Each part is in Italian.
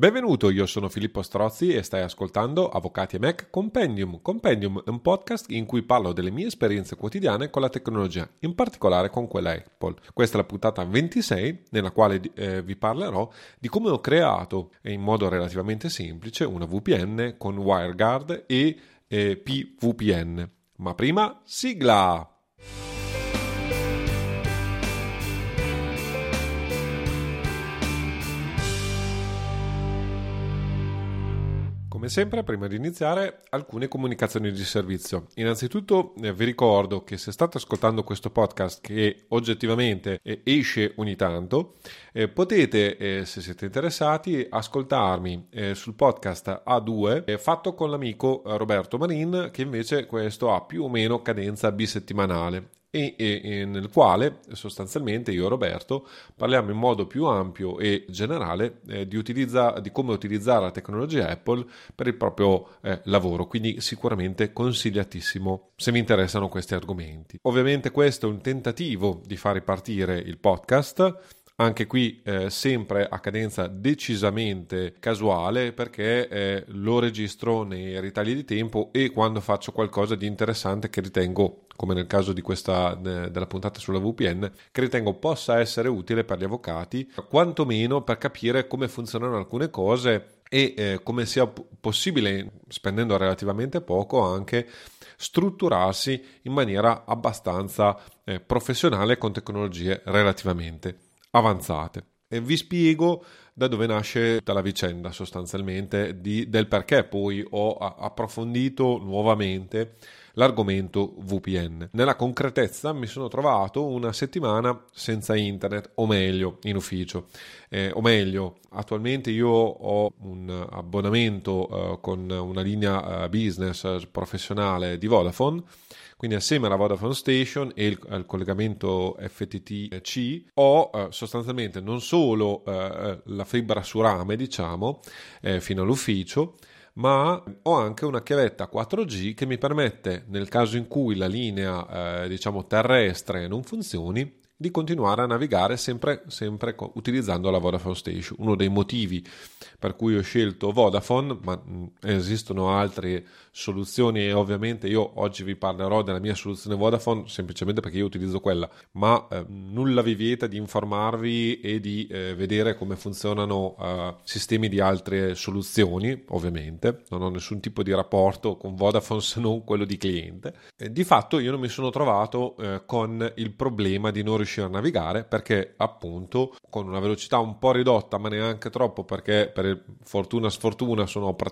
Benvenuto, io sono Filippo Strozzi e stai ascoltando Avvocati e Mac Compendium. Compendium è un podcast in cui parlo delle mie esperienze quotidiane con la tecnologia, in particolare con quella Apple. Questa è la puntata 26, nella quale vi parlerò di come ho creato, in modo relativamente semplice, una VPN con WireGuard e PVPN. Ma prima, sigla! Come sempre, prima di iniziare, alcune comunicazioni di servizio. Innanzitutto vi ricordo che se state ascoltando questo podcast, che oggettivamente esce ogni tanto, potete, se siete interessati, ascoltarmi sul podcast A2 fatto con l'amico Roberto Marin, che invece questo ha più o meno cadenza bisettimanale. E nel quale sostanzialmente io e Roberto parliamo in modo più ampio e generale di come utilizzare la tecnologia Apple per il proprio lavoro, quindi sicuramente consigliatissimo se vi interessano questi argomenti. Ovviamente questo è un tentativo di far ripartire il podcast. Anche qui sempre a cadenza decisamente casuale, perché lo registro nei ritagli di tempo e quando faccio qualcosa di interessante che ritengo, come nel caso di questa della puntata sulla VPN, che ritengo possa essere utile per gli avvocati, quantomeno per capire come funzionano alcune cose e come sia possibile, spendendo relativamente poco, anche strutturarsi in maniera abbastanza professionale con tecnologie relativamente avanzate. E vi spiego da dove nasce tutta la vicenda sostanzialmente del perché poi ho approfondito nuovamente l'argomento VPN. Nella concretezza mi sono trovato una settimana senza internet, o meglio in ufficio, attualmente io ho un abbonamento con una linea business professionale di Vodafone. Quindi assieme alla Vodafone Station e al collegamento FTTC ho sostanzialmente non solo la fibra su rame, fino all'ufficio, ma ho anche una chiavetta 4G che mi permette, nel caso in cui la linea terrestre non funzioni, di continuare a navigare sempre utilizzando la Vodafone Station. Uno dei motivi per cui ho scelto Vodafone, ma esistono altre soluzioni e ovviamente io oggi vi parlerò della mia soluzione Vodafone semplicemente perché io utilizzo quella, ma nulla vi vieta di informarvi e di vedere come funzionano sistemi di altre soluzioni. Ovviamente non ho nessun tipo di rapporto con Vodafone se non quello di cliente. Di fatto io non mi sono trovato con il problema di non riuscire a navigare, perché appunto con una velocità un po' ridotta, ma neanche troppo, perché per fortuna sfortuna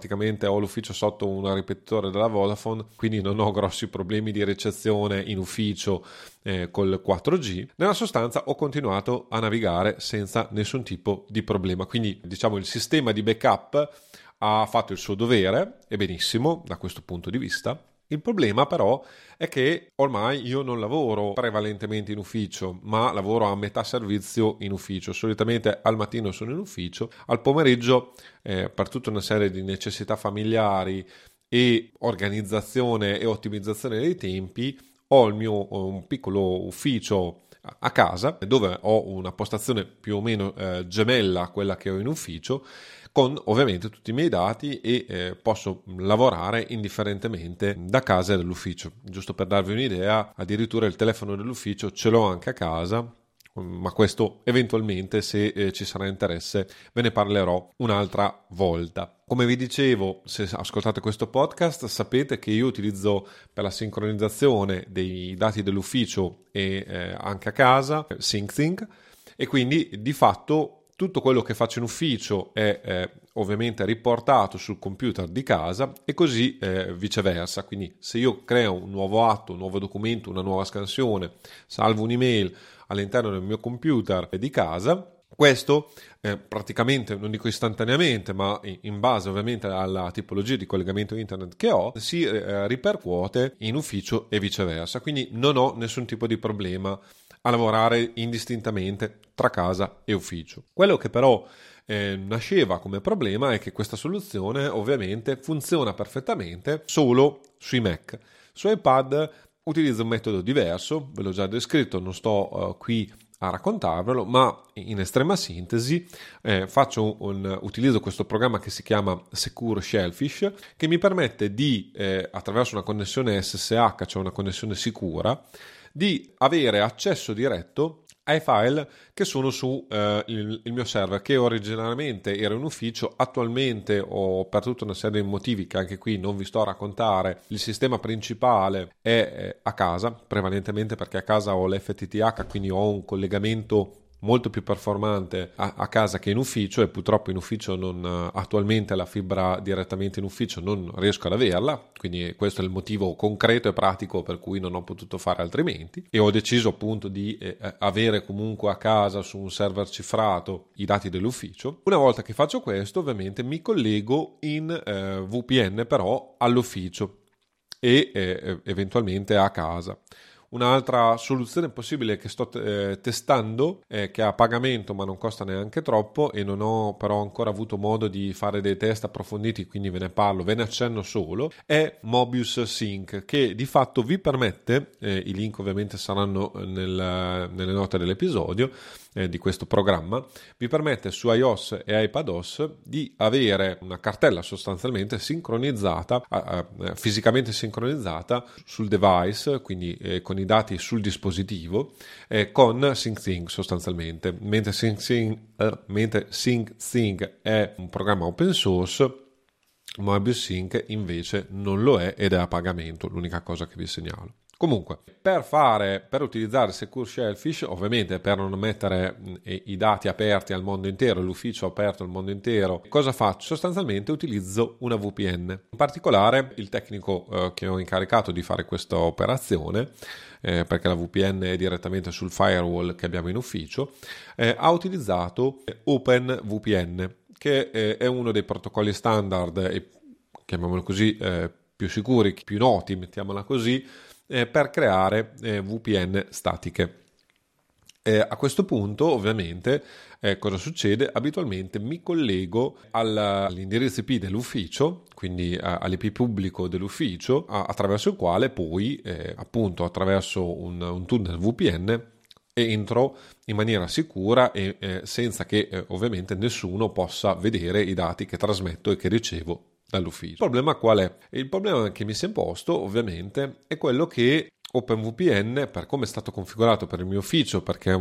ho l'ufficio sotto un ripetitore della Vodafone, quindi non ho grossi problemi di ricezione in ufficio col 4G. Nella sostanza ho continuato a navigare senza nessun tipo di problema, quindi il sistema di backup ha fatto il suo dovere, e benissimo da questo punto di vista. Il problema però è che ormai io non lavoro prevalentemente in ufficio, ma lavoro a metà servizio in ufficio. Solitamente al mattino sono in ufficio, al pomeriggio per tutta una serie di necessità familiari e organizzazione e ottimizzazione dei tempi ho un piccolo ufficio a casa dove ho una postazione più o meno gemella a quella che ho in ufficio, con ovviamente tutti i miei dati e posso lavorare indifferentemente da casa e dall'ufficio. Giusto per darvi un'idea, addirittura il telefono dell'ufficio ce l'ho anche a casa, ma questo eventualmente, se ci sarà interesse, ve ne parlerò un'altra volta. Come vi dicevo, se ascoltate questo podcast sapete che io utilizzo per la sincronizzazione dei dati dell'ufficio e anche a casa SyncThing, e quindi di fatto tutto quello che faccio in ufficio è ovviamente riportato sul computer di casa e così viceversa. Quindi se io creo un nuovo atto, un nuovo documento, una nuova scansione, salvo un'email all'interno del mio computer di casa, questo praticamente, non dico istantaneamente, ma in base ovviamente alla tipologia di collegamento internet che ho, si ripercuote in ufficio e viceversa. Quindi non ho nessun tipo di problema a lavorare indistintamente tra casa e ufficio. Quello che però nasceva come problema è che questa soluzione ovviamente funziona perfettamente solo sui Mac. Su iPad utilizzo un metodo diverso, ve l'ho già descritto, non sto qui a raccontarvelo, ma in estrema sintesi utilizzo questo programma che si chiama Secure Shellfish, che mi permette di, attraverso una connessione SSH, cioè una connessione sicura, di avere accesso diretto ai file che sono su il mio server, che originariamente era in ufficio. Attualmente per tutta una serie di motivi che anche qui non vi sto a raccontare, il sistema principale è a casa, prevalentemente perché a casa ho l'FTTH, quindi ho un collegamento molto più performante a casa che in ufficio, e purtroppo in ufficio attualmente la fibra direttamente in ufficio non riesco ad averla, quindi questo è il motivo concreto e pratico per cui non ho potuto fare altrimenti, e ho deciso appunto di avere comunque a casa su un server cifrato i dati dell'ufficio. Una volta che faccio questo, ovviamente mi collego in VPN però all'ufficio e eventualmente a casa. Un'altra soluzione possibile che sto testando, che è a pagamento ma non costa neanche troppo, e non ho però ancora avuto modo di fare dei test approfonditi, quindi ve ne accenno solo, è Mobius Sync, che di fatto vi permette, i link ovviamente saranno nelle note dell'episodio, di questo programma, vi permette su iOS e iPadOS di avere una cartella sostanzialmente sincronizzata, fisicamente sincronizzata sul device, quindi con i dati sul dispositivo, con SyncThing sostanzialmente. Mentre SyncThing è un programma open source, Mobius Sync invece non lo è ed è a pagamento, l'unica cosa che vi segnalo. Comunque, per utilizzare Secure Shellfish, ovviamente per non mettere i dati aperti al mondo intero, l'ufficio aperto al mondo intero, cosa faccio? Sostanzialmente utilizzo una VPN. In particolare il tecnico che ho incaricato di fare questa operazione, perché la VPN è direttamente sul firewall che abbiamo in ufficio, ha utilizzato OpenVPN, che è uno dei protocolli standard, chiamiamolo così, più sicuri, più noti, mettiamola così, per creare VPN statiche. A questo punto, ovviamente, cosa succede? Abitualmente mi collego all'indirizzo IP dell'ufficio, quindi all'IP pubblico dell'ufficio, attraverso il quale poi, appunto, attraverso un tunnel VPN, entro in maniera sicura e senza che ovviamente nessuno possa vedere i dati che trasmetto e che ricevo dall'ufficio. Il problema qual è? Il problema che mi si è posto, ovviamente, è quello che OpenVPN, per come è stato configurato per il mio ufficio, perché è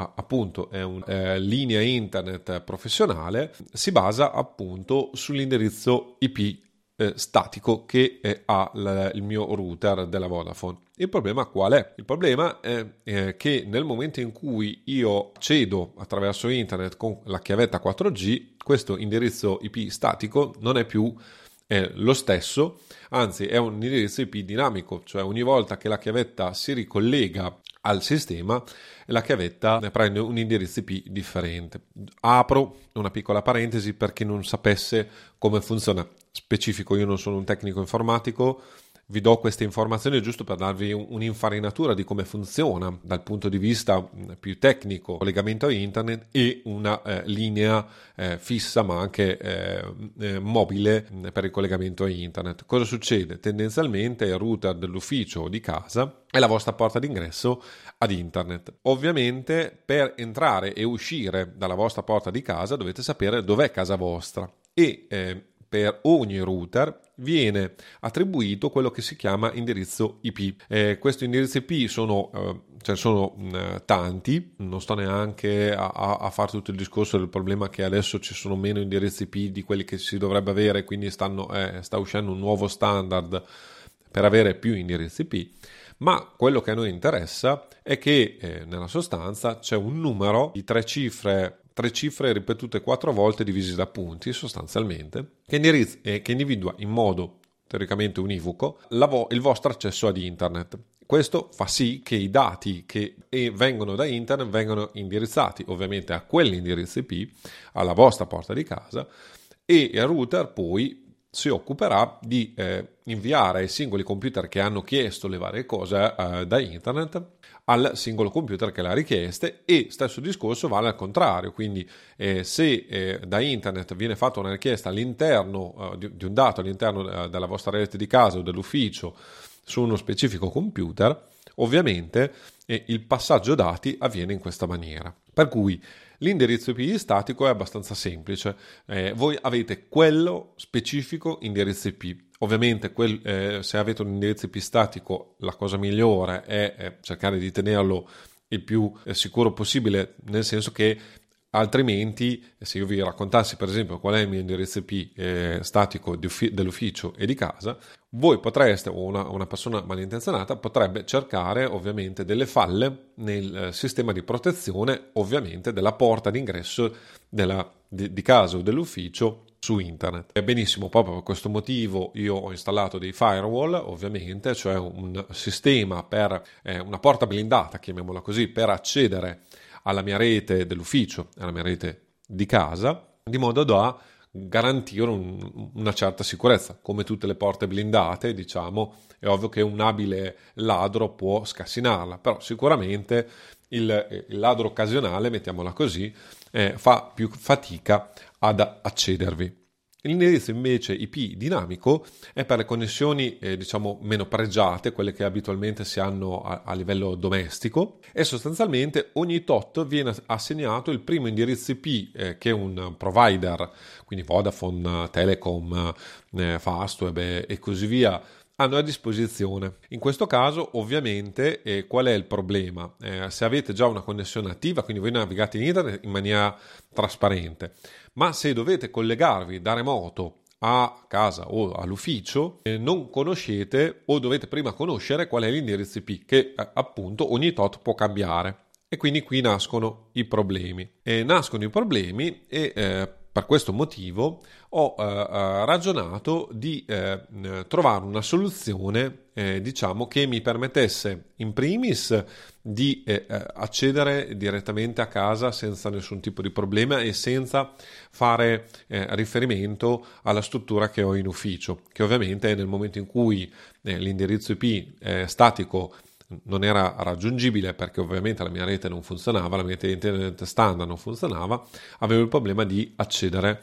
una linea internet professionale, si basa appunto sull'indirizzo IP statico che ha il mio router della Vodafone. Il problema qual è? Il problema è che nel momento in cui io accedo attraverso internet con la chiavetta 4G, questo indirizzo IP statico non è più lo stesso, anzi è un indirizzo IP dinamico, cioè ogni volta che la chiavetta si ricollega al sistema, la chiavetta prende un indirizzo IP differente. Apro una piccola parentesi per chi non sapesse come funziona specifico, io non sono un tecnico informatico, vi do queste informazioni giusto per darvi un'infarinatura di come funziona dal punto di vista più tecnico, collegamento a internet e una linea fissa ma anche mobile per il collegamento a internet. Cosa succede? Tendenzialmente il router dell'ufficio o di casa è la vostra porta d'ingresso ad internet. Ovviamente per entrare e uscire dalla vostra porta di casa dovete sapere dov'è casa vostra e per ogni router viene attribuito quello che si chiama indirizzo IP. Questo indirizzo IP sono tanti, non sto neanche a fare tutto il discorso del problema che adesso ci sono meno indirizzi IP di quelli che si dovrebbe avere, quindi sta uscendo un nuovo standard per avere più indirizzi IP. Ma quello che a noi interessa è che nella sostanza c'è un numero di tre cifre ripetute 4 volte divisi da punti sostanzialmente, che individua in modo teoricamente univoco il vostro accesso ad internet. Questo fa sì che i dati che vengono da internet vengano indirizzati ovviamente a quell'indirizzo IP, alla vostra porta di casa, e il router poi si occuperà di inviare ai singoli computer che hanno chiesto le varie cose da internet al singolo computer che l'ha richieste, e stesso discorso vale al contrario, quindi se da internet viene fatta una richiesta all'interno di un dato all'interno della vostra rete di casa o dell'ufficio su uno specifico computer, ovviamente il passaggio dati avviene in questa maniera. Per cui l'indirizzo IP statico è abbastanza semplice. Voi avete quello specifico indirizzo IP. Ovviamente se avete un indirizzo IP statico, la cosa migliore è cercare di tenerlo il più sicuro possibile, nel senso che altrimenti, se io vi raccontassi per esempio qual è il mio indirizzo IP statico dell'ufficio e di casa, voi potreste, o una persona malintenzionata potrebbe cercare ovviamente delle falle nel sistema di protezione, ovviamente della porta d'ingresso di casa o dell'ufficio su internet. E benissimo, proprio per questo motivo io ho installato dei firewall, ovviamente, cioè un sistema per una porta blindata, chiamiamola così, per accedere alla mia rete dell'ufficio, alla mia rete di casa, di modo da garantire una certa sicurezza. Come tutte le porte blindate, diciamo, è ovvio che un abile ladro può scassinarla, però sicuramente il ladro occasionale, mettiamola così, fa più fatica ad accedervi. L'indirizzo invece IP dinamico è per le connessioni diciamo meno pregiate, quelle che abitualmente si hanno a livello domestico, e sostanzialmente ogni tot viene assegnato il primo indirizzo IP che un provider, quindi Vodafone, Telecom, Fastweb e così via, hanno a disposizione. In questo caso ovviamente qual è il problema? Se avete già una connessione attiva, quindi voi navigate in internet in maniera trasparente, ma se dovete collegarvi da remoto a casa o all'ufficio, non conoscete o dovete prima conoscere qual è l'indirizzo IP che appunto ogni tot può cambiare. E quindi qui nascono i problemi. Nascono i problemi e per questo motivo ho ragionato di trovare una soluzione diciamo che mi permettesse in primis di accedere direttamente a casa senza nessun tipo di problema e senza fare riferimento alla struttura che ho in ufficio, che ovviamente nel momento in cui l'indirizzo IP statico non era raggiungibile perché ovviamente la mia rete non funzionava, la mia rete internet standard non funzionava, avevo il problema di accedere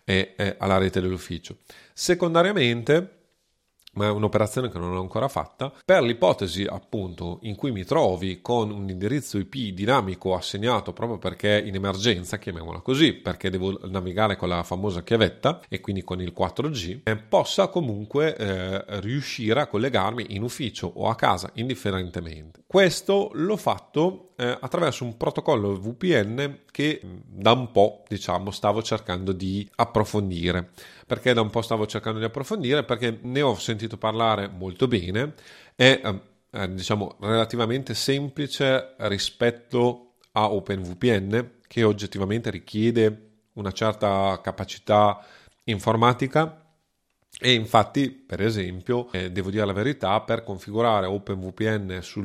alla rete dell'ufficio. Secondariamente, ma è un'operazione che non ho ancora fatta, per l'ipotesi appunto in cui mi trovi con un indirizzo IP dinamico assegnato proprio perché in emergenza, chiamiamola così, perché devo navigare con la famosa chiavetta e quindi con il 4G, possa comunque riuscire a collegarmi in ufficio o a casa indifferentemente. Questo l'ho fatto attraverso un protocollo VPN che da un po', diciamo, stavo cercando di approfondire. Perché da un po' stavo cercando di approfondire? Perché ne ho sentito parlare molto bene, è diciamo relativamente semplice rispetto a OpenVPN, che oggettivamente richiede una certa capacità informatica. E infatti, per esempio, devo dire la verità, per configurare OpenVPN sui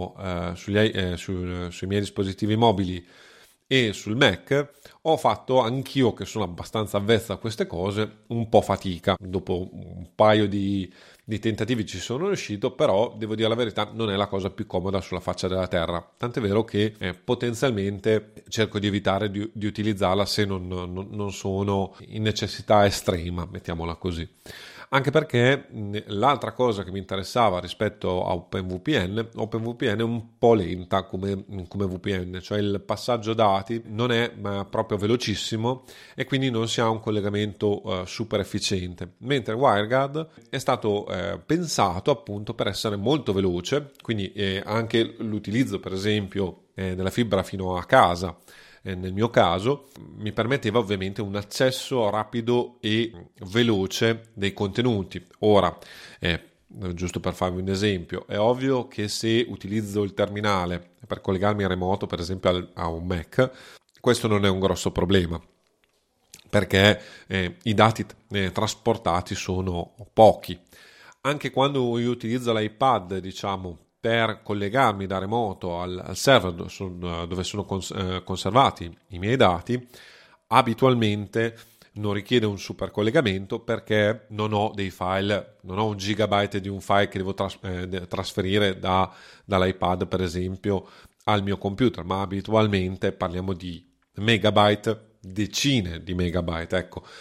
miei dispositivi mobili e sul Mac ho fatto anch'io, che sono abbastanza avvezzo a queste cose, un po' fatica. Dopo un paio di tentativi ci sono riuscito, però devo dire la verità, non è la cosa più comoda sulla faccia della terra. Tant'è vero che potenzialmente cerco di evitare di utilizzarla se non sono in necessità estrema, mettiamola così. Anche perché l'altra cosa che mi interessava rispetto a OpenVPN è un po' lenta come VPN, cioè il passaggio dati non è proprio velocissimo e quindi non si ha un collegamento super efficiente, mentre WireGuard è stato pensato appunto per essere molto veloce, quindi anche l'utilizzo per esempio della fibra fino a casa. Nel mio caso mi permetteva ovviamente un accesso rapido e veloce dei contenuti. Ora, giusto per farvi un esempio, è ovvio che se utilizzo il terminale per collegarmi a remoto, per esempio a un Mac, questo non è un grosso problema, perché i dati trasportati sono pochi. Anche quando io utilizzo l'iPad, diciamo, per collegarmi da remoto al server dove sono conservati i miei dati, abitualmente non richiede un super collegamento perché non ho dei file, non ho un gigabyte di un file che devo trasferire dall'iPad per esempio al mio computer, ma abitualmente parliamo di megabyte, decine di megabyte, ecco.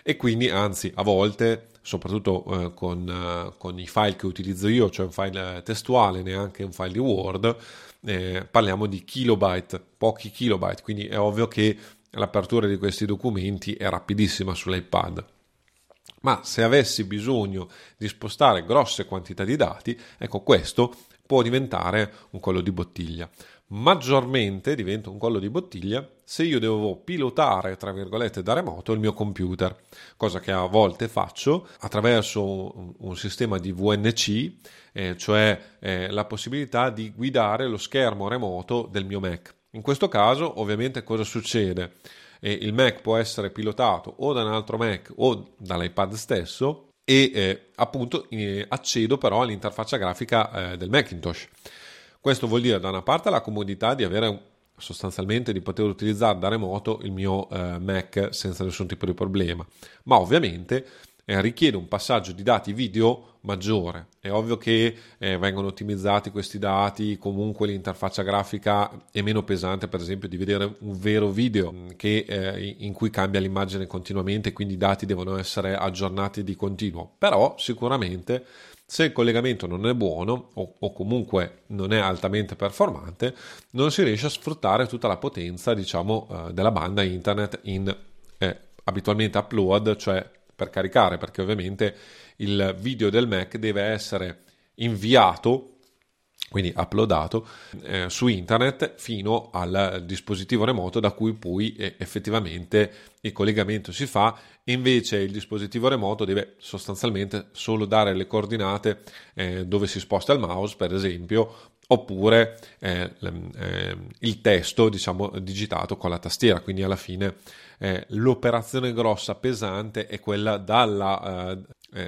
e quindi anzi a volte, soprattutto con i file che utilizzo io, cioè un file testuale, neanche un file di Word, parliamo di kilobyte, pochi kilobyte, quindi è ovvio che l'apertura di questi documenti è rapidissima sull'iPad. Ma se avessi bisogno di spostare grosse quantità di dati, ecco, questo può diventare un collo di bottiglia. Maggiormente diventa un collo di bottiglia se io devo pilotare, tra virgolette, da remoto il mio computer, cosa che a volte faccio attraverso un sistema di VNC, cioè la possibilità di guidare lo schermo remoto del mio Mac. In questo caso, ovviamente, cosa succede? Il Mac può essere pilotato o da un altro Mac o dall'iPad stesso e appunto accedo però all'interfaccia grafica del Macintosh. Questo vuol dire da una parte la comodità di avere sostanzialmente di poter utilizzare da remoto il mio Mac senza nessun tipo di problema, ma ovviamente richiede un passaggio di dati video maggiore. È ovvio che vengono ottimizzati questi dati, comunque l'interfaccia grafica è meno pesante, per esempio, di vedere un vero video in cui cambia l'immagine continuamente, quindi i dati devono essere aggiornati di continuo. Però sicuramente se il collegamento non è buono o comunque non è altamente performante, non si riesce a sfruttare tutta la potenza, diciamo, della banda internet in abitualmente upload, cioè per caricare, perché ovviamente il video del Mac deve essere inviato, quindi uploadato su internet fino al dispositivo remoto da cui poi effettivamente il collegamento si fa, e invece il dispositivo remoto deve sostanzialmente solo dare le coordinate dove si sposta il mouse, per esempio, oppure il testo, diciamo, digitato con la tastiera. Quindi alla fine l'operazione grossa, pesante, è quella dal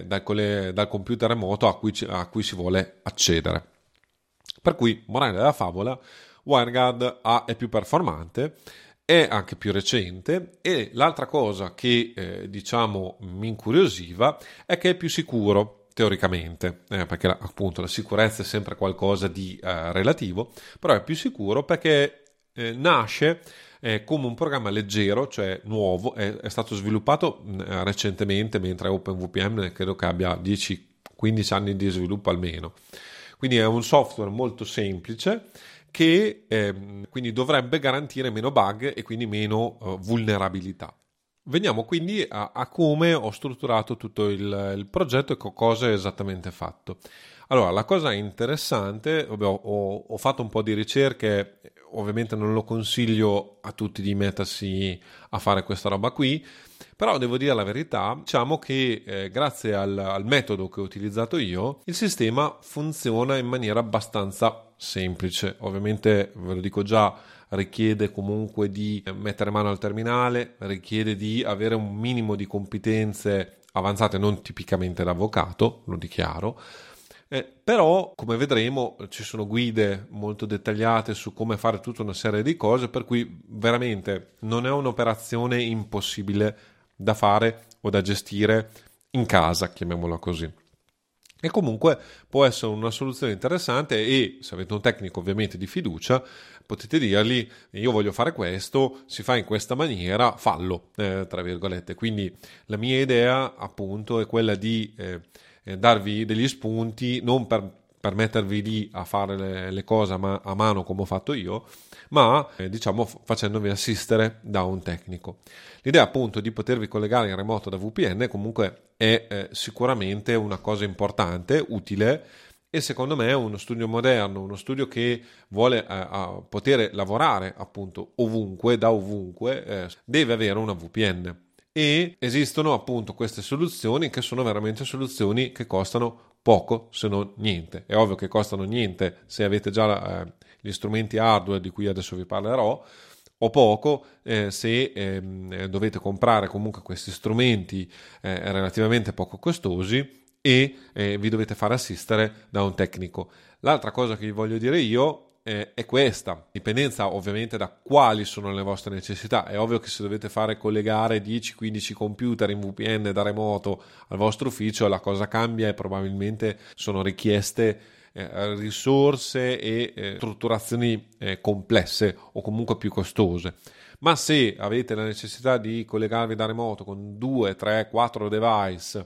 computer remoto a cui si vuole accedere. Per cui, morale della favola, WireGuard è più performante, è anche più recente, e l'altra cosa che diciamo mi incuriosiva è che è più sicuro teoricamente, perché appunto la sicurezza è sempre qualcosa di relativo, però è più sicuro perché nasce come un programma leggero, cioè nuovo, è stato sviluppato recentemente, mentre OpenVPN credo che abbia 10-15 anni di sviluppo almeno. Quindi è un software molto semplice che quindi dovrebbe garantire meno bug e quindi meno vulnerabilità. Veniamo quindi a come ho strutturato tutto il progetto e cosa ho esattamente fatto. Allora, la cosa interessante, ho fatto un po' di ricerche, ovviamente non lo consiglio a tutti di mettersi a fare questa roba qui, però devo dire la verità, diciamo che grazie al metodo che ho utilizzato io, il sistema funziona in maniera abbastanza semplice. Ovviamente, ve lo dico già, richiede comunque di mettere mano al terminale, richiede di avere un minimo di competenze avanzate, non tipicamente da avvocato, lo dichiaro. Però, come vedremo, ci sono guide molto dettagliate su come fare tutta una serie di cose, per cui veramente non è un'operazione impossibile da fare o da gestire in casa, chiamiamola così. E comunque può essere una soluzione interessante, e se avete un tecnico ovviamente di fiducia potete dirgli: io voglio fare questo, si fa in questa maniera, fallo, tra virgolette. Quindi la mia idea appunto è quella di darvi degli spunti, non per mettervi lì a fare le cose a mano come ho fatto io, ma diciamo facendovi assistere da un tecnico. L'idea appunto di potervi collegare in remoto da VPN comunque è sicuramente una cosa importante, utile, e secondo me uno studio moderno, uno studio che vuole poter lavorare appunto ovunque, da ovunque, deve avere una VPN. E esistono appunto queste soluzioni che sono veramente soluzioni che costano poco, se non niente. È ovvio che costano niente se avete già gli strumenti hardware di cui adesso vi parlerò, o poco se dovete comprare comunque questi strumenti relativamente poco costosi e vi dovete fare assistere da un tecnico. L'altra cosa che vi voglio dire io è questa: dipendenza ovviamente da quali sono le vostre necessità. È ovvio che se dovete fare collegare 10-15 computer in VPN da remoto al vostro ufficio, la cosa cambia e probabilmente sono richieste risorse e strutturazioni complesse o comunque più costose. Ma se avete la necessità di collegarvi da remoto con 2, 3, 4 device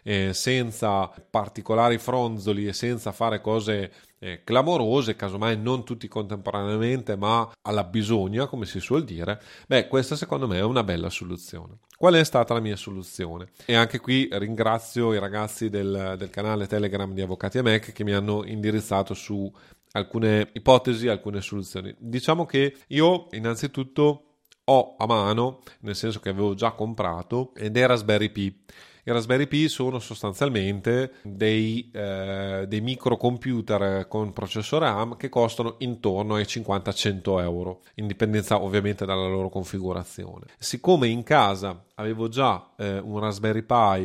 senza particolari fronzoli e senza fare cose clamorose, casomai non tutti contemporaneamente ma alla bisogna, come si suol dire, questa secondo me è una bella soluzione. Qual è stata la mia soluzione? E anche qui ringrazio i ragazzi del canale Telegram di Avvocati e Mac che mi hanno indirizzato su alcune ipotesi, alcune soluzioni. Diciamo che io innanzitutto ho a mano, nel senso che avevo già comprato, dei Raspberry Pi. I Raspberry Pi sono sostanzialmente dei microcomputer con processore ARM che costano intorno ai 50-100 euro, in dipendenza ovviamente dalla loro configurazione. Siccome in casa avevo già un Raspberry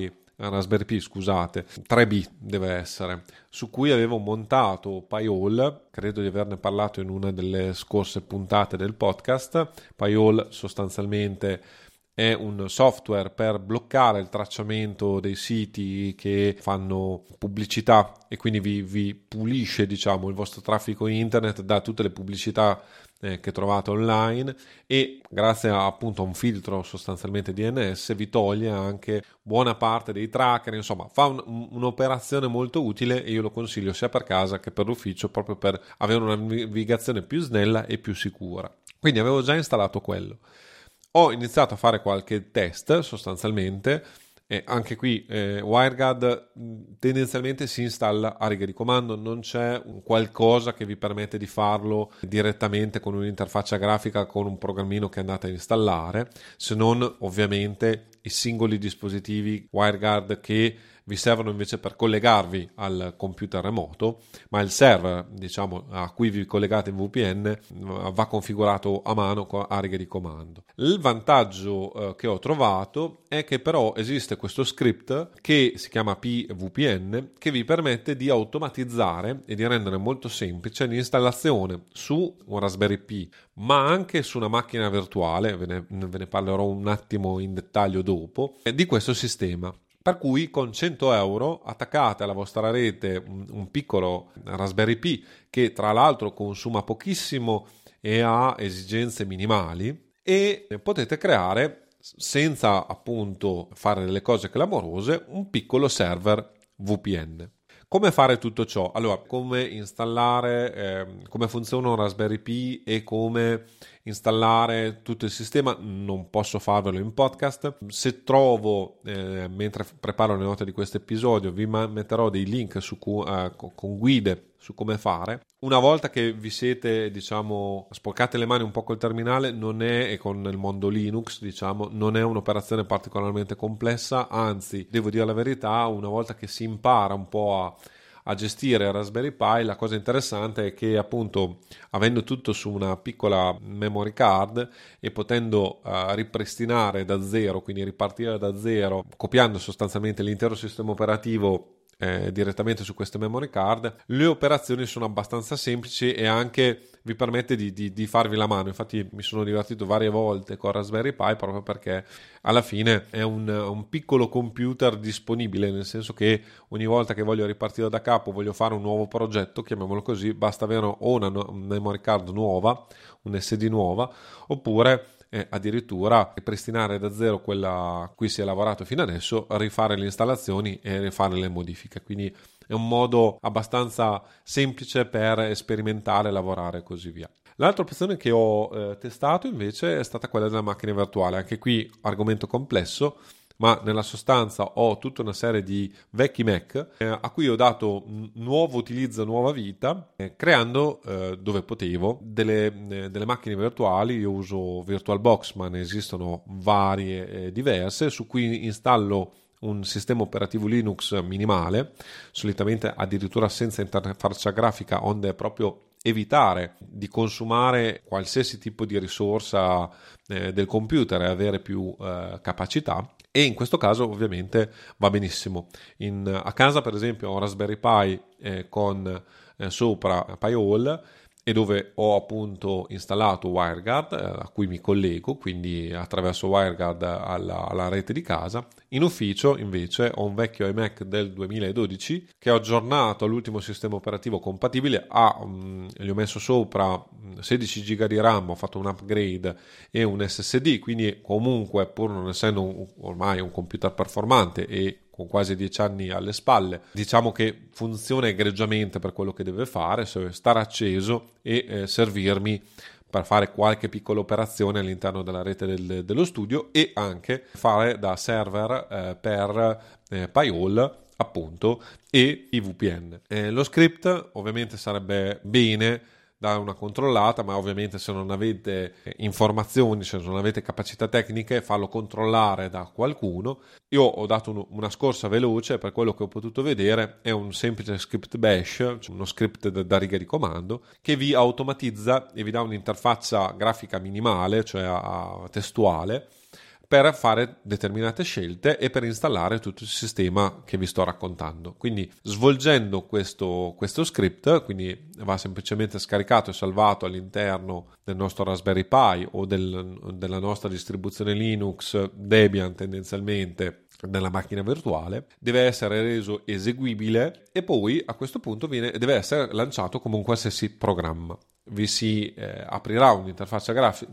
Pi, scusate, 3B deve essere, su cui avevo montato Pi-hole, credo di averne parlato in una delle scorse puntate del podcast. Pi-hole sostanzialmente è un software per bloccare il tracciamento dei siti che fanno pubblicità e quindi vi pulisce, diciamo, il vostro traffico internet da tutte le pubblicità che trovate online, e grazie appunto a un filtro sostanzialmente DNS vi toglie anche buona parte dei tracker. Insomma, fa un'operazione molto utile e io lo consiglio sia per casa che per l'ufficio, proprio per avere una navigazione più snella e più sicura. Quindi avevo già installato quello. Ho iniziato a fare qualche test sostanzialmente, e anche qui WireGuard tendenzialmente si installa a riga di comando, non c'è un qualcosa che vi permette di farlo direttamente con un'interfaccia grafica, con un programmino che andate a installare, se non ovviamente i singoli dispositivi WireGuard che vi servono invece per collegarvi al computer remoto, ma il server, diciamo, a cui vi collegate in VPN va configurato a mano a righe di comando. Il vantaggio che ho trovato è che però esiste questo script che si chiama PVPN, che vi permette di automatizzare e di rendere molto semplice l'installazione su un Raspberry Pi, ma anche su una macchina virtuale, ve ne parlerò un attimo in dettaglio dopo, di questo sistema. Per cui con 100 euro attaccate alla vostra rete un piccolo Raspberry Pi che tra l'altro consuma pochissimo e ha esigenze minimali, e potete creare, senza appunto fare delle cose clamorose, un piccolo server VPN. Come fare tutto ciò? Allora, come installare, come funziona un Raspberry Pi e come installare tutto il sistema non posso farvelo in podcast. Se trovo, mentre preparo le note di questo episodio, vi metterò dei link con guide su come fare. Una volta che vi siete, diciamo, sporcate le mani un po' col terminale, e con il mondo Linux, diciamo, non è un'operazione particolarmente complessa, anzi, devo dire la verità, una volta che si impara un po' a gestire Raspberry Pi, la cosa interessante è che appunto avendo tutto su una piccola memory card e potendo ripristinare da zero, quindi ripartire da zero, copiando sostanzialmente l'intero sistema operativo direttamente su queste memory card, le operazioni sono abbastanza semplici e anche vi permette di farvi la mano. Infatti mi sono divertito varie volte con Raspberry Pi proprio perché alla fine è un piccolo computer disponibile, nel senso che ogni volta che voglio ripartire da capo, voglio fare un nuovo progetto, chiamiamolo così, basta avere o una memory card nuova, un SD nuova, oppure addirittura ripristinare da zero quella a cui si è lavorato fino adesso, rifare le installazioni e rifare le modifiche. Quindi è un modo abbastanza semplice per sperimentare, lavorare e così via. L'altra opzione che ho testato invece è stata quella della macchina virtuale. Anche qui argomento complesso, ma nella sostanza ho tutta una serie di vecchi Mac a cui ho dato nuovo utilizzo, nuova vita, creando dove potevo delle macchine virtuali. Io uso VirtualBox, ma ne esistono varie diverse, su cui installo un sistema operativo Linux minimale, solitamente addirittura senza interfaccia grafica, onde proprio evitare di consumare qualsiasi tipo di risorsa del computer e avere più capacità. E in questo caso ovviamente va benissimo. A casa per esempio ho un Raspberry Pi con sopra Pi-hole, e dove ho appunto installato WireGuard a cui mi collego, quindi attraverso WireGuard alla rete di casa. In ufficio invece ho un vecchio iMac del 2012 che ho aggiornato all'ultimo sistema operativo compatibile, gli ho messo sopra 16 GB di RAM, ho fatto un upgrade e un SSD, quindi comunque pur non essendo ormai un computer performante e con quasi 10 anni alle spalle, diciamo che funziona egregiamente per quello che deve fare, stare acceso e servirmi per fare qualche piccola operazione all'interno della rete dello studio e anche fare da server per Pi-hole appunto e i VPN. Lo script ovviamente sarebbe bene dare una controllata, ma ovviamente se non avete informazioni, se non avete capacità tecniche, farlo controllare da qualcuno. Io ho dato una scorsa veloce, per quello che ho potuto vedere è un semplice script bash, cioè uno script da riga di comando che vi automatizza e vi dà un'interfaccia grafica minimale, cioè testuale, per fare determinate scelte e per installare tutto il sistema che vi sto raccontando. Quindi svolgendo questo script, quindi va semplicemente scaricato e salvato all'interno del nostro Raspberry Pi o della nostra distribuzione Linux Debian tendenzialmente nella macchina virtuale, deve essere reso eseguibile e poi a questo punto deve essere lanciato come un qualsiasi programma. Vi si aprirà un'interfaccia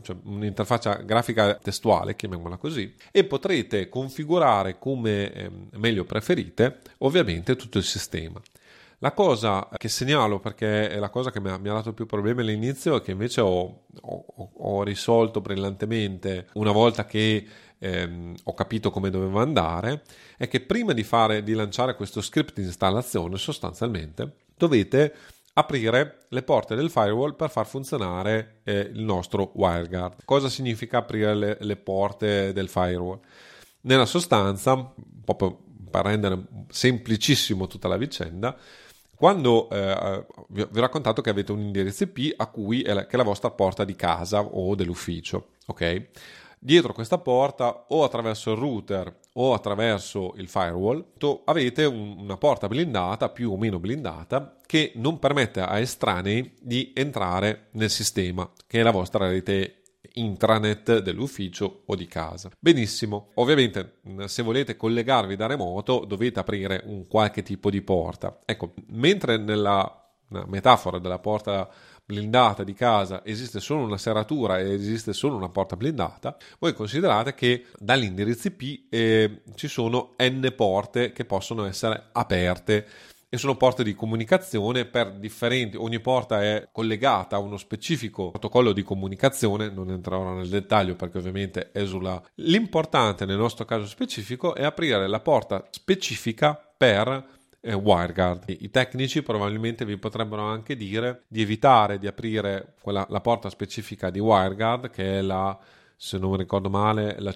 grafica testuale, chiamiamola così, e potrete configurare come meglio preferite ovviamente tutto il sistema. La cosa che segnalo, perché è la cosa che mi ha dato più problemi all'inizio e che invece ho risolto brillantemente una volta che ho capito come doveva andare, è che prima di lanciare questo script di installazione sostanzialmente dovete aprire le porte del firewall per far funzionare il nostro WireGuard. Cosa significa aprire le porte del firewall? Nella sostanza, proprio per rendere semplicissimo tutta la vicenda, quando vi ho raccontato che avete un indirizzo IP che è la vostra porta di casa o dell'ufficio, ok? Dietro questa porta, o attraverso il router o attraverso il firewall, avete una porta blindata, più o meno blindata, che non permette a estranei di entrare nel sistema, che è la vostra rete intranet dell'ufficio o di casa. Benissimo, ovviamente se volete collegarvi da remoto dovete aprire un qualche tipo di porta. Ecco, mentre nella metafora della porta blindata di casa esiste solo una serratura e esiste solo una porta blindata, voi considerate che dall'indirizzo IP ci sono n porte che possono essere aperte e sono porte di comunicazione per differenti, ogni porta è collegata a uno specifico protocollo di comunicazione, non entrerò ora nel dettaglio perché ovviamente esula. L'importante nel nostro caso specifico è aprire la porta specifica per WireGuard. I tecnici probabilmente vi potrebbero anche dire di evitare di aprire la porta specifica di WireGuard, che è se non mi ricordo male, la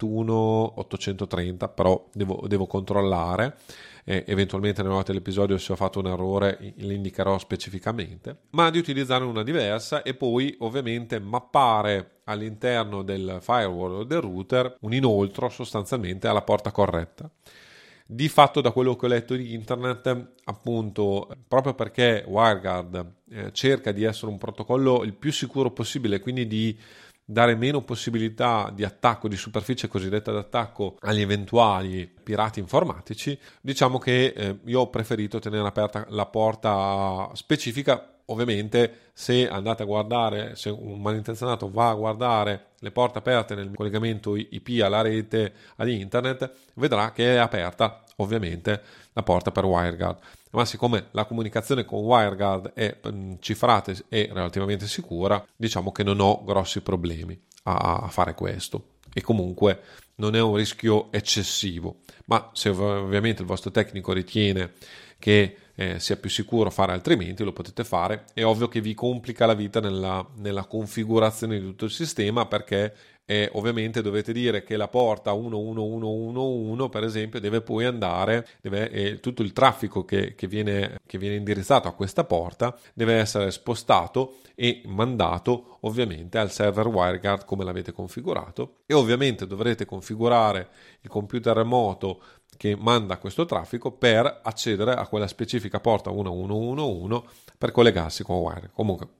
51830, però devo controllare. Eventualmente nelle note dell'episodio, se ho fatto un errore l'indicherò specificamente, ma di utilizzare una diversa e poi ovviamente mappare all'interno del firewall o del router un inoltro sostanzialmente alla porta corretta. Di fatto, da quello che ho letto di internet, appunto, proprio perché WireGuard cerca di essere un protocollo il più sicuro possibile, quindi di dare meno possibilità di attacco, di superficie cosiddetta d'attacco agli eventuali pirati informatici, diciamo che io ho preferito tenere aperta la porta specifica. Ovviamente se andate a guardare, se un malintenzionato va a guardare le porte aperte nel collegamento IP alla rete ad internet, vedrà che è aperta ovviamente la porta per WireGuard, ma siccome la comunicazione con WireGuard è cifrata e relativamente sicura, diciamo che non ho grossi problemi a fare questo e comunque non è un rischio eccessivo. Ma se ovviamente il vostro tecnico ritiene che sia più sicuro fare altrimenti, lo potete fare. È ovvio che vi complica la vita nella configurazione di tutto il sistema, perché ovviamente dovete dire che la porta 11111 per esempio deve poi andare, tutto il traffico che viene indirizzato a questa porta deve essere spostato e mandato ovviamente al server WireGuard come l'avete configurato, e ovviamente dovrete configurare il computer remoto che manda questo traffico per accedere a quella specifica porta 1111 per collegarsi con WireGuard. Comunque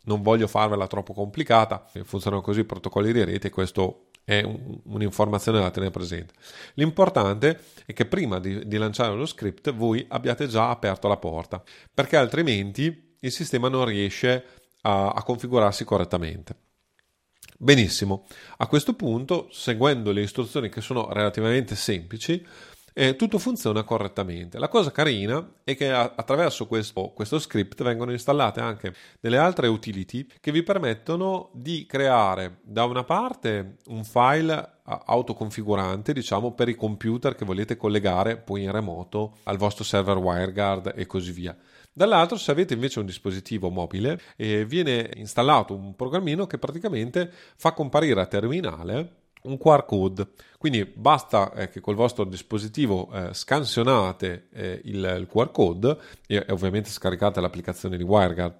non voglio farvela troppo complicata, funzionano così i protocolli di rete, questo è un'informazione da tenere presente. L'importante è che prima di lanciare lo script voi abbiate già aperto la porta, perché altrimenti il sistema non riesce a configurarsi correttamente. Benissimo, a questo punto, seguendo le istruzioni che sono relativamente semplici, tutto funziona correttamente. La cosa carina è che attraverso questo script vengono installate anche delle altre utility che vi permettono di creare da una parte un file autoconfigurante, diciamo, per i computer che volete collegare poi in remoto al vostro server WireGuard e così via. Dall'altro, se avete invece un dispositivo mobile, viene installato un programmino che praticamente fa comparire a terminale un QR code. Quindi basta che col vostro dispositivo scansionate il QR code e ovviamente scaricate l'applicazione di WireGuard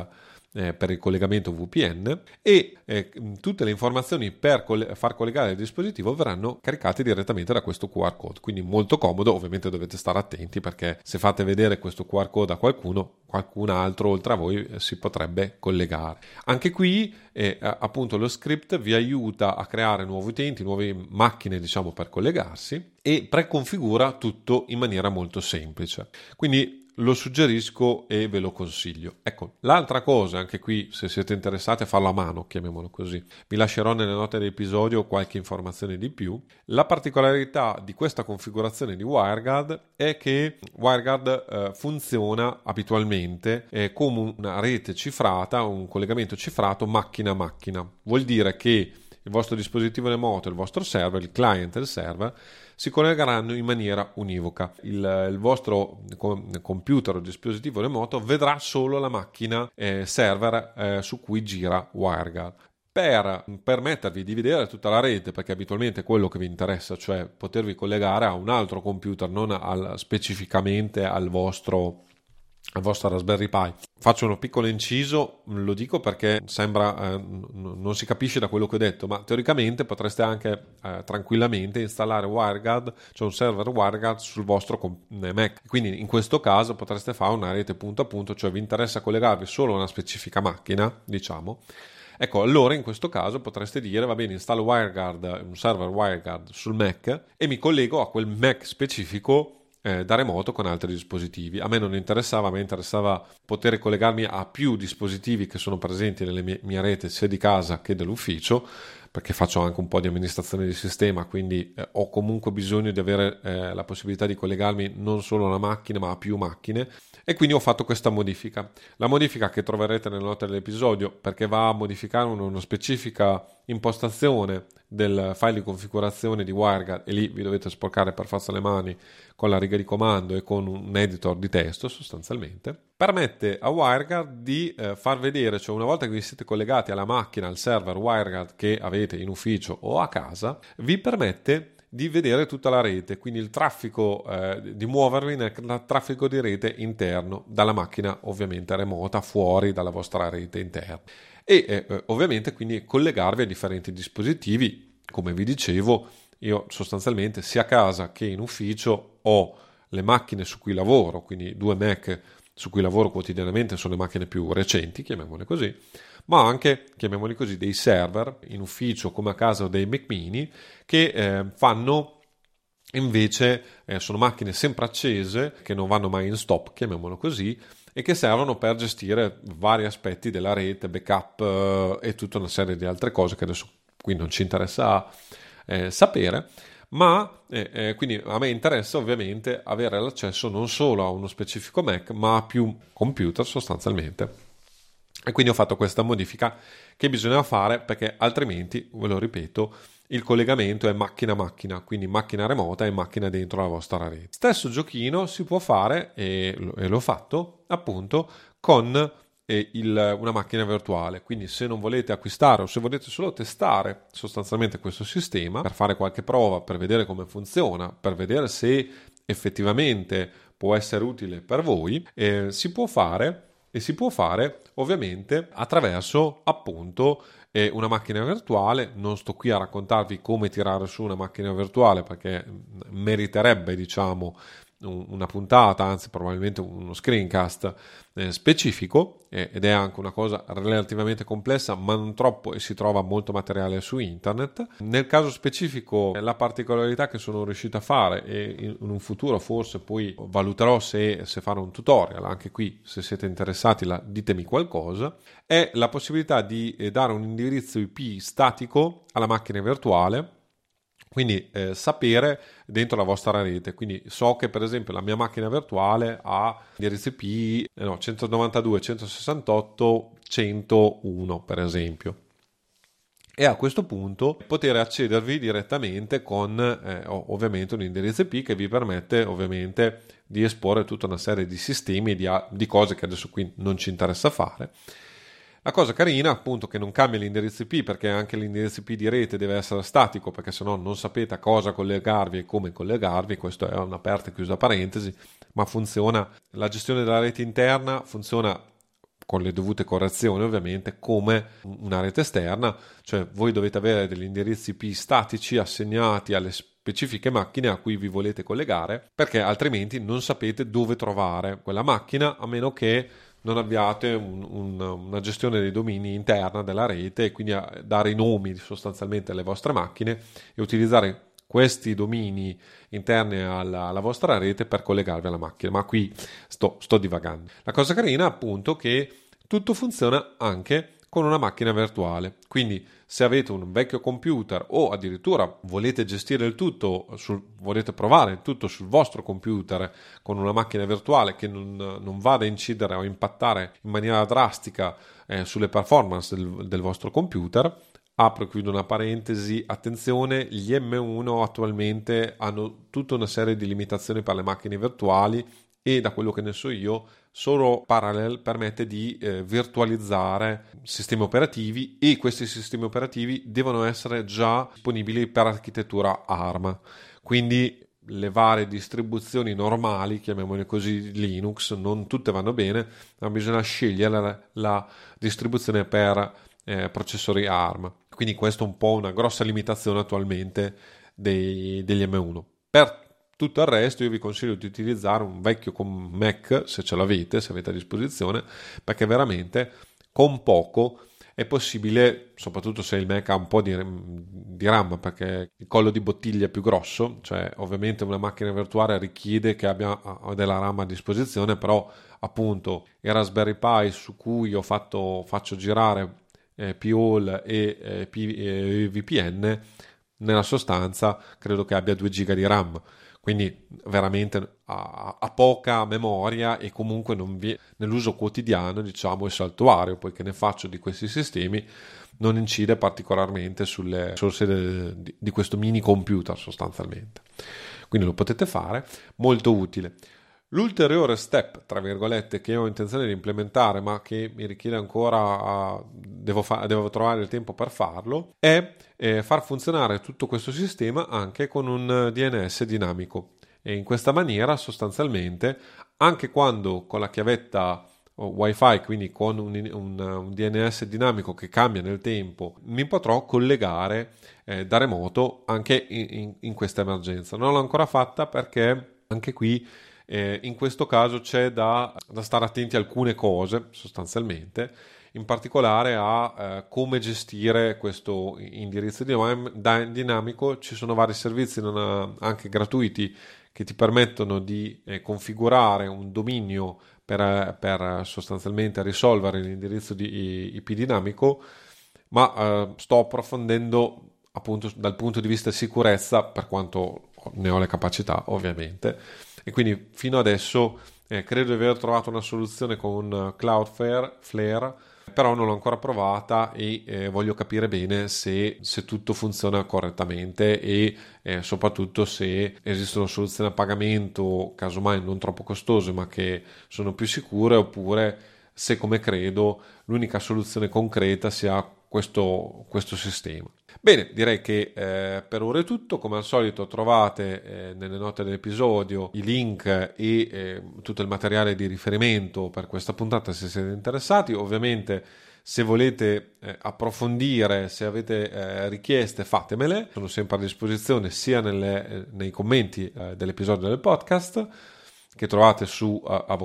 per il collegamento VPN e tutte le informazioni per far collegare il dispositivo verranno caricate direttamente da questo QR code, quindi molto comodo. Ovviamente dovete stare attenti, perché se fate vedere questo QR code a qualcun altro oltre a voi si potrebbe collegare. Anche qui appunto lo script vi aiuta a creare nuovi utenti, nuove macchine, diciamo, per collegarsi, e preconfigura tutto in maniera molto semplice. Quindi lo suggerisco e ve lo consiglio. Ecco, l'altra cosa, anche qui, se siete interessati a farlo a mano, chiamiamolo così, vi lascerò nelle note dell'episodio qualche informazione di più. La particolarità di questa configurazione di WireGuard è che WireGuard funziona abitualmente come una rete cifrata, un collegamento cifrato macchina a macchina. Vuol dire che il vostro dispositivo remoto, il vostro server, il client e il server si collegheranno in maniera univoca. Il vostro computer o dispositivo remoto vedrà solo la macchina server su cui gira WireGuard. Per permettervi di vedere tutta la rete, perché abitualmente è quello che vi interessa, cioè potervi collegare a un altro computer, non specificamente al vostro Raspberry Pi. Faccio uno piccolo inciso, lo dico perché sembra non si capisce da quello che ho detto, ma teoricamente potreste anche tranquillamente installare WireGuard, cioè un server WireGuard sul vostro Mac. Quindi in questo caso potreste fare una rete punto a punto, cioè vi interessa collegarvi solo a una specifica macchina, diciamo. Ecco, allora in questo caso potreste dire: va bene, installo WireGuard, un server WireGuard sul Mac e mi collego a quel Mac specifico da remoto con altri dispositivi. A me non interessava, a me interessava poter collegarmi a più dispositivi che sono presenti nelle mie rete, sia di casa che dell'ufficio, perché faccio anche un po' di amministrazione di sistema, quindi ho comunque bisogno di avere la possibilità di collegarmi non solo a una macchina ma a più macchine, e quindi ho fatto questa modifica. La modifica che troverete nelle note dell'episodio, perché va a modificare una specifica impostazione del file di configurazione di WireGuard, e lì vi dovete sporcare per forza le mani con la riga di comando e con un editor di testo, sostanzialmente permette a WireGuard di far vedere, cioè una volta che vi siete collegati alla macchina, al server WireGuard che avete in ufficio o a casa, vi permette di vedere tutta la rete, quindi il traffico, di muovervi nel traffico di rete interno dalla macchina ovviamente remota, fuori dalla vostra rete interna, e ovviamente quindi collegarvi a differenti dispositivi. Come vi dicevo, io sostanzialmente sia a casa che in ufficio ho le macchine su cui lavoro, quindi 2 Mac su cui lavoro quotidianamente, sono le macchine più recenti, chiamiamole così, ma anche, chiamiamoli così, dei server in ufficio come a casa, o dei Mac mini che fanno invece, sono macchine sempre accese, che non vanno mai in stop, chiamiamolo così, e che servono per gestire vari aspetti della rete, backup e tutta una serie di altre cose che adesso qui non ci interessa sapere. Ma quindi a me interessa ovviamente avere l'accesso non solo a uno specifico Mac ma a più computer sostanzialmente, e quindi ho fatto questa modifica che bisognava fare, perché altrimenti, ve lo ripeto, il collegamento è macchina a macchina, quindi macchina remota e macchina dentro la vostra rete. Stesso giochino si può fare, e l'ho fatto appunto con una macchina virtuale. Quindi se non volete acquistare, o se volete solo testare sostanzialmente questo sistema per fare qualche prova, per vedere come funziona, per vedere se effettivamente può essere utile per voi, si può fare, e si può fare ovviamente attraverso appunto una macchina virtuale. Non sto qui a raccontarvi come tirare su una macchina virtuale, perché meriterebbe, diciamo, una puntata, anzi probabilmente uno screencast specifico, ed è anche una cosa relativamente complessa, ma non troppo, e si trova molto materiale su internet. Nel caso specifico, la particolarità che sono riuscito a fare, e in un futuro forse poi valuterò se fare un tutorial, anche qui se siete interessati ditemi qualcosa, è la possibilità di dare un indirizzo IP statico alla macchina virtuale. Quindi sapere dentro la vostra rete, quindi so che per esempio la mia macchina virtuale ha indirizzo IP 192.168.101 per esempio, e a questo punto poter accedervi direttamente con ovviamente un indirizzo IP che vi permette ovviamente di esporre tutta una serie di sistemi e di cose che adesso qui non ci interessa fare. La cosa carina appunto che non cambia l'indirizzo IP, perché anche l'indirizzo IP di rete deve essere statico, perché sennò non sapete a cosa collegarvi e come collegarvi. Questo è un'aperta e chiusa parentesi, ma funziona, la gestione della rete interna funziona con le dovute correzioni ovviamente come una rete esterna, cioè voi dovete avere degli indirizzi IP statici assegnati alle specifiche macchine a cui vi volete collegare, perché altrimenti non sapete dove trovare quella macchina, a meno che non abbiate una gestione dei domini interna della rete, e quindi a dare i nomi sostanzialmente alle vostre macchine e utilizzare questi domini interni alla vostra rete per collegarvi alla macchina. Ma qui sto divagando. La cosa carina è appunto che tutto funziona anche con una macchina virtuale, quindi se avete un vecchio computer o addirittura volete gestire il tutto, volete provare il tutto sul vostro computer con una macchina virtuale che non vada a incidere o impattare in maniera drastica sulle performance del vostro computer. Apro e chiudo una parentesi, attenzione, gli M1 attualmente hanno tutta una serie di limitazioni per le macchine virtuali, e da quello che ne so io solo Parallel permette di virtualizzare sistemi operativi, e questi sistemi operativi devono essere già disponibili per architettura ARM. Quindi le varie distribuzioni normali, chiamiamole così, Linux, non tutte vanno bene, ma bisogna scegliere la distribuzione per processori ARM. Quindi questo è un po' una grossa limitazione attualmente degli M1. Per tutto il resto io vi consiglio di utilizzare un vecchio Mac, se ce l'avete, se avete a disposizione, perché veramente con poco è possibile, soprattutto se il Mac ha un po' di RAM, perché il collo di bottiglia è più grosso, cioè ovviamente una macchina virtuale richiede che abbia della RAM a disposizione, però appunto il Raspberry Pi su cui faccio girare P-Hole e VPN, nella sostanza credo che abbia 2 GB di RAM, quindi veramente ha poca memoria, e comunque nell'uso quotidiano, diciamo, il saltuario poi che ne faccio di questi sistemi non incide particolarmente sulle risorse di questo mini computer sostanzialmente. Quindi lo potete fare, molto utile. L'ulteriore step, tra virgolette, che ho intenzione di implementare, ma che mi richiede ancora, devo trovare il tempo per farlo, è far funzionare tutto questo sistema anche con un DNS dinamico. E in questa maniera, sostanzialmente, anche quando con la chiavetta Wi-Fi, quindi con un DNS dinamico che cambia nel tempo, mi potrò collegare da remoto anche in questa emergenza. Non l'ho ancora fatta perché anche qui in questo caso c'è da stare attenti a alcune cose sostanzialmente, in particolare a come gestire questo indirizzo dinamico. Ci sono vari servizi anche gratuiti che ti permettono di configurare un dominio per sostanzialmente risolvere l'indirizzo di IP dinamico, ma sto approfondendo appunto dal punto di vista sicurezza, per quanto ne ho le capacità ovviamente, e quindi fino adesso credo di aver trovato una soluzione con Cloudflare, però non l'ho ancora provata, e voglio capire bene se tutto funziona correttamente, e soprattutto se esistono soluzioni a pagamento, casomai non troppo costose ma che sono più sicure, oppure se, come credo, l'unica soluzione concreta sia questo sistema. Bene, direi che per ora è tutto. Come al solito trovate nelle note dell'episodio i link e tutto il materiale di riferimento per questa puntata se siete interessati. Ovviamente, Se volete approfondire, se avete richieste, fatemele. Sono sempre a disposizione sia nei commenti dell'episodio del podcast, che trovate su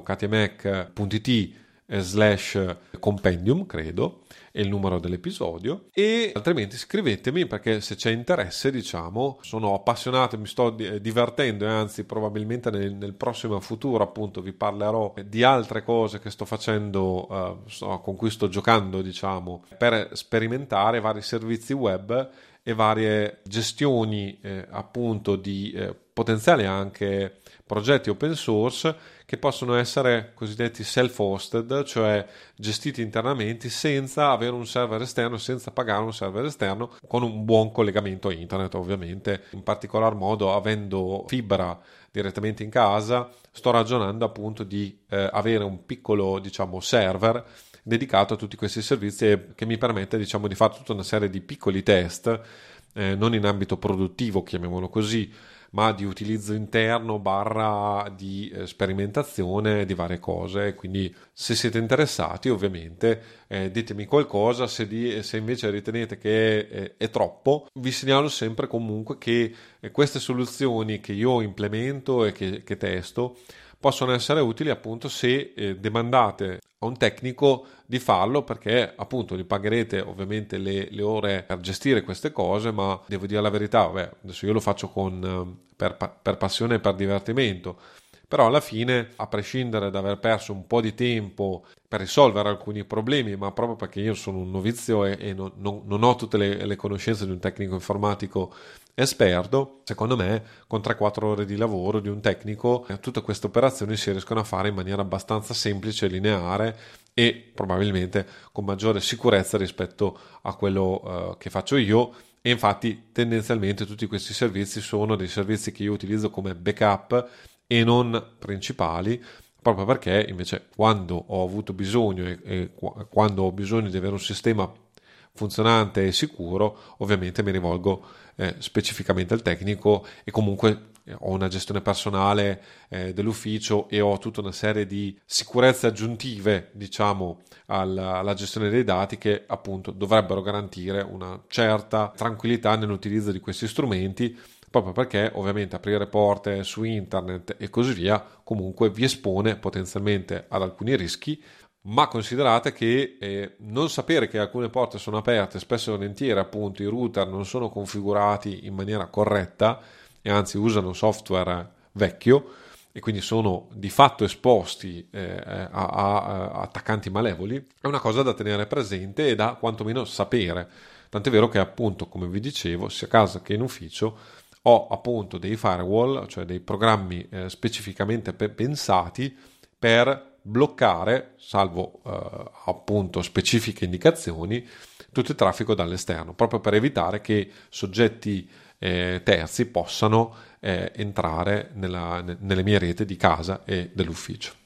avvocatiemac.it/compendium, credo, è il numero dell'episodio, e altrimenti scrivetemi, perché se c'è interesse, diciamo, sono appassionato, mi sto divertendo, e anzi probabilmente nel prossimo futuro appunto vi parlerò di altre cose che sto facendo, con cui sto giocando, diciamo, per sperimentare vari servizi web e varie gestioni appunto di potenziali anche progetti open source che possono essere cosiddetti self-hosted, cioè gestiti internamente senza avere un server esterno, senza pagare un server esterno, con un buon collegamento a internet, ovviamente. In particolar modo, avendo fibra direttamente in casa, sto ragionando appunto di avere un piccolo, diciamo, server dedicato a tutti questi servizi, che mi permette, diciamo, di fare tutta una serie di piccoli test, non in ambito produttivo, chiamiamolo così, ma di utilizzo interno / di sperimentazione di varie cose. Quindi se siete interessati, ovviamente ditemi qualcosa. Se invece ritenete che è troppo, vi segnalo sempre comunque che queste soluzioni che io implemento e che testo possono essere utili appunto se demandate a un tecnico di farlo, perché appunto gli pagherete ovviamente le ore per gestire queste cose, ma devo dire la verità, adesso io lo faccio per passione e per divertimento, però alla fine, a prescindere da aver perso un po' di tempo per risolvere alcuni problemi, ma proprio perché io sono un novizio e non ho tutte le conoscenze di un tecnico informatico esperto, secondo me con 3-4 ore di lavoro di un tecnico tutte queste operazioni si riescono a fare in maniera abbastanza semplice e lineare, e probabilmente con maggiore sicurezza rispetto a quello che faccio io. E infatti tendenzialmente tutti questi servizi sono dei servizi che io utilizzo come backup e non principali, proprio perché invece quando ho avuto bisogno e quando ho bisogno di avere un sistema funzionante e sicuro, ovviamente mi rivolgo specificamente al tecnico, e comunque ho una gestione personale dell'ufficio e ho tutta una serie di sicurezze aggiuntive, diciamo, alla gestione dei dati, che appunto dovrebbero garantire una certa tranquillità nell'utilizzo di questi strumenti, proprio perché ovviamente aprire porte su internet e così via comunque vi espone potenzialmente ad alcuni rischi. Ma considerate che non sapere che alcune porte sono aperte, spesso e volentieri appunto i router non sono configurati in maniera corretta e anzi usano software vecchio, e quindi sono di fatto esposti a attaccanti malevoli, è una cosa da tenere presente e da quantomeno sapere. Tant'è vero che appunto, come vi dicevo, sia a casa che in ufficio ho appunto dei firewall, cioè dei programmi specificamente pensati per bloccare, salvo appunto specifiche indicazioni, tutto il traffico dall'esterno, proprio per evitare che soggetti terzi possano entrare nelle mie reti di casa e dell'ufficio.